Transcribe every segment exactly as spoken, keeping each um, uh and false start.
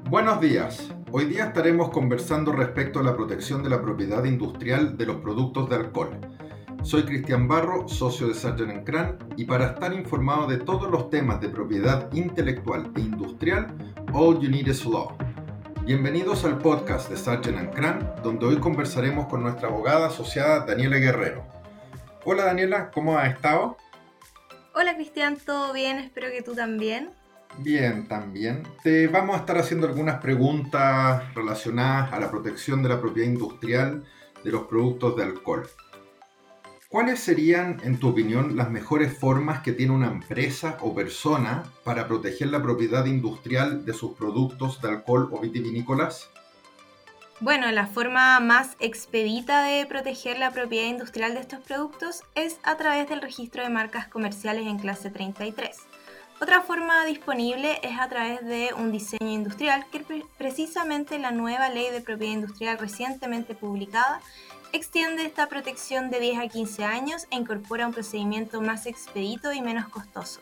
Buenos días. Hoy día estaremos conversando respecto a la protección de la propiedad industrial de los productos de alcohol. Soy Cristian Barro, socio de Sargent and Crane, y para estar informado de todos los temas de propiedad intelectual e industrial, all you need is law. Bienvenidos al podcast de Sargent and Crane, donde hoy conversaremos con nuestra abogada asociada Daniela Guerrero. Hola Daniela, ¿cómo has estado? Hola Cristian, ¿todo bien? Espero que tú también. Bien, también. Te vamos a estar haciendo algunas preguntas relacionadas a la protección de la propiedad industrial de los productos de alcohol. ¿Cuáles serían, en tu opinión, las mejores formas que tiene una empresa o persona para proteger la propiedad industrial de sus productos de alcohol o vitivinícolas? Bueno, la forma más expedita de proteger la propiedad industrial de estos productos es a través del registro de marcas comerciales en clase treinta y tres. Otra forma disponible es a través de un diseño industrial que pre- precisamente la nueva ley de propiedad industrial recientemente publicada extiende esta protección de diez a quince años e incorpora un procedimiento más expedito y menos costoso.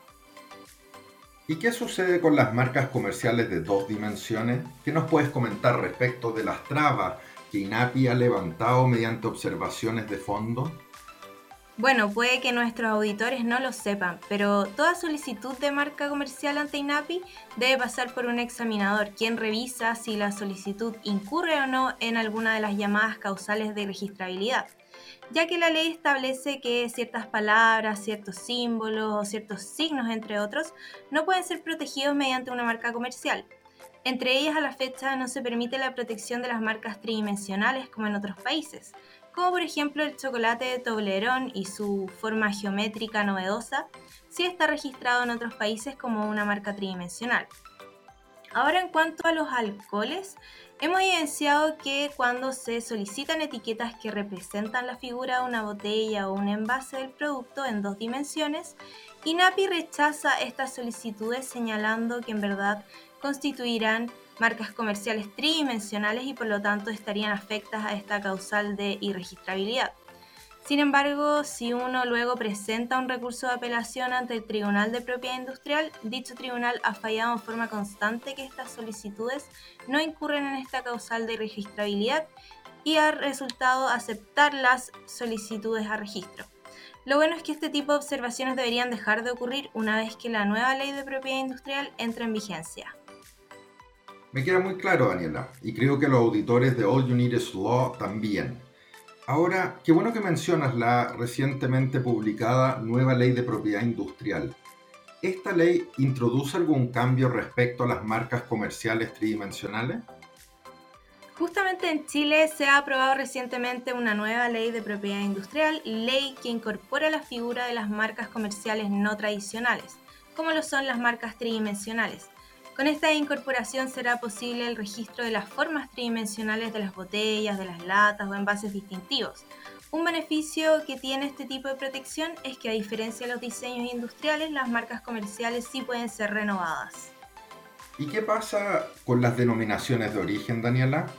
¿Y qué sucede con las marcas comerciales de dos dimensiones? ¿Qué nos puedes comentar respecto de las trabas que INAPI ha levantado mediante observaciones de fondo? Bueno, puede que nuestros auditores no lo sepan, pero toda solicitud de marca comercial ante INAPI debe pasar por un examinador, quien revisa si la solicitud incurre o no en alguna de las llamadas causales de registrabilidad, ya que la ley establece que ciertas palabras, ciertos símbolos o ciertos signos, entre otros, no pueden ser protegidos mediante una marca comercial. Entre ellas, a la fecha no se permite la protección de las marcas tridimensionales como en otros países, como por ejemplo el chocolate de Toblerone y su forma geométrica novedosa, sí está registrado en otros países como una marca tridimensional. Ahora, en cuanto a los alcoholes, hemos evidenciado que cuando se solicitan etiquetas que representan la figura de una botella o un envase del producto en dos dimensiones, INAPI rechaza estas solicitudes señalando que en verdad constituirán marcas comerciales tridimensionales y por lo tanto estarían afectas a esta causal de irregistrabilidad. Sin embargo, si uno luego presenta un recurso de apelación ante el Tribunal de Propiedad Industrial, dicho tribunal ha fallado en forma constante que estas solicitudes no incurren en esta causal de irregistrabilidad y ha resultado aceptar las solicitudes a registro. Lo bueno es que este tipo de observaciones deberían dejar de ocurrir una vez que la nueva ley de propiedad industrial entre en vigencia. Me queda muy claro, Daniela, y creo que los auditores de All You Need is Law también. Ahora, qué bueno que mencionas la recientemente publicada nueva ley de propiedad industrial. ¿Esta ley introduce algún cambio respecto a las marcas comerciales tridimensionales? Justamente en Chile se ha aprobado recientemente una nueva ley de propiedad industrial, ley que incorpora la figura de las marcas comerciales no tradicionales, como lo son las marcas tridimensionales. Con esta incorporación será posible el registro de las formas tridimensionales de las botellas, de las latas o envases distintivos. Un beneficio que tiene este tipo de protección es que, a diferencia de los diseños industriales, las marcas comerciales sí pueden ser renovadas. ¿Y qué pasa con las denominaciones de origen, Daniela?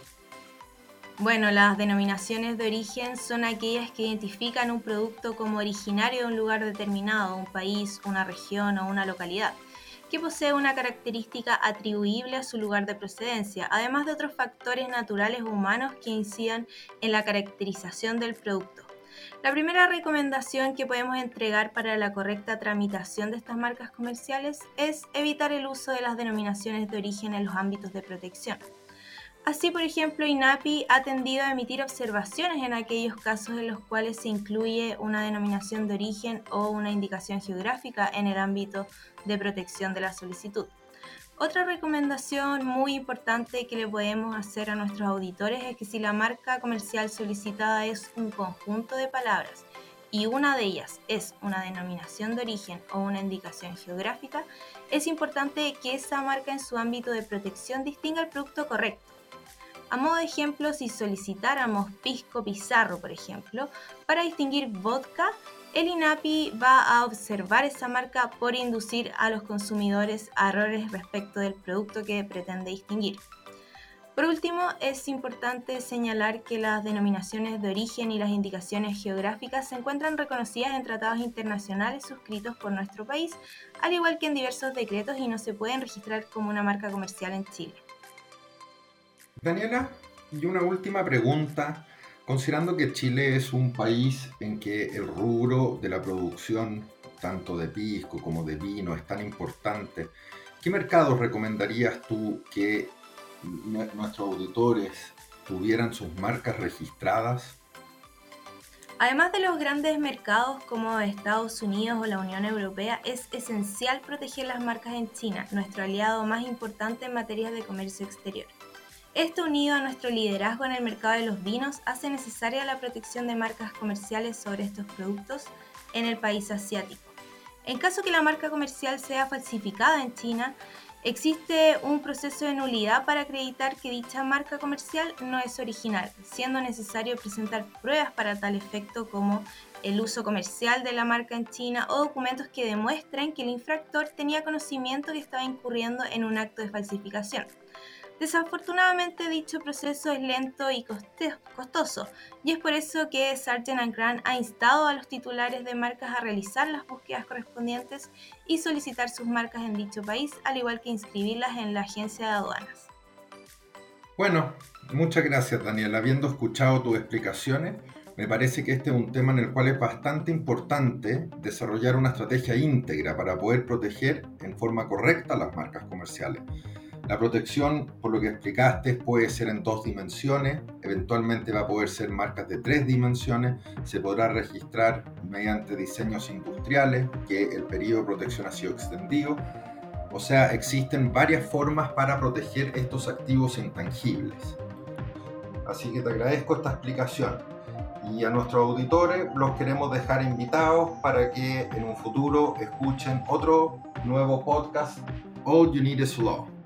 Bueno, las denominaciones de origen son aquellas que identifican un producto como originario de un lugar determinado, un país, una región o una localidad, que posee una característica atribuible a su lugar de procedencia, además de otros factores naturales o humanos que incidan en la caracterización del producto. La primera recomendación que podemos entregar para la correcta tramitación de estas marcas comerciales es evitar el uso de las denominaciones de origen en los ámbitos de protección. Así, por ejemplo, INAPI ha tendido a emitir observaciones en aquellos casos en los cuales se incluye una denominación de origen o una indicación geográfica en el ámbito de protección de la solicitud. Otra recomendación muy importante que le podemos hacer a nuestros auditores es que si la marca comercial solicitada es un conjunto de palabras y una de ellas es una denominación de origen o una indicación geográfica, es importante que esa marca en su ámbito de protección distinga el producto correcto. A modo de ejemplo, si solicitáramos pisco pizarro, por ejemplo, para distinguir vodka, el INAPI va a observar esa marca por inducir a los consumidores a errores respecto del producto que pretende distinguir. Por último, es importante señalar que las denominaciones de origen y las indicaciones geográficas se encuentran reconocidas en tratados internacionales suscritos por nuestro país, al igual que en diversos decretos, y no se pueden registrar como una marca comercial en Chile. Daniela, y una última pregunta. Considerando que Chile es un país en que el rubro de la producción tanto de pisco como de vino es tan importante, ¿qué mercados recomendarías tú que nuestros auditores tuvieran sus marcas registradas? Además de los grandes mercados como Estados Unidos o la Unión Europea, es esencial proteger las marcas en China, nuestro aliado más importante en materia de comercio exterior. Esto, unido a nuestro liderazgo en el mercado de los vinos, hace necesaria la protección de marcas comerciales sobre estos productos en el país asiático. En caso que la marca comercial sea falsificada en China, existe un proceso de nulidad para acreditar que dicha marca comercial no es original, siendo necesario presentar pruebas para tal efecto como el uso comercial de la marca en China o documentos que demuestren que el infractor tenía conocimiento que estaba incurriendo en un acto de falsificación. Desafortunadamente, dicho proceso es lento y costoso, y es por eso que Sargent and Crane ha instado a los titulares de marcas a realizar las búsquedas correspondientes y solicitar sus marcas en dicho país, al igual que inscribirlas en la agencia de aduanas. Bueno, muchas gracias, Daniela. Habiendo escuchado tus explicaciones, me parece que este es un tema en el cual es bastante importante desarrollar una estrategia íntegra para poder proteger en forma correcta las marcas comerciales. La protección, por lo que explicaste, puede ser en dos dimensiones, eventualmente va a poder ser marcas de tres dimensiones, se podrá registrar mediante diseños industriales, que el periodo de protección ha sido extendido. O sea, existen varias formas para proteger estos activos intangibles. Así que te agradezco esta explicación. Y a nuestros auditores los queremos dejar invitados para que en un futuro escuchen otro nuevo podcast, All You Need Is Law.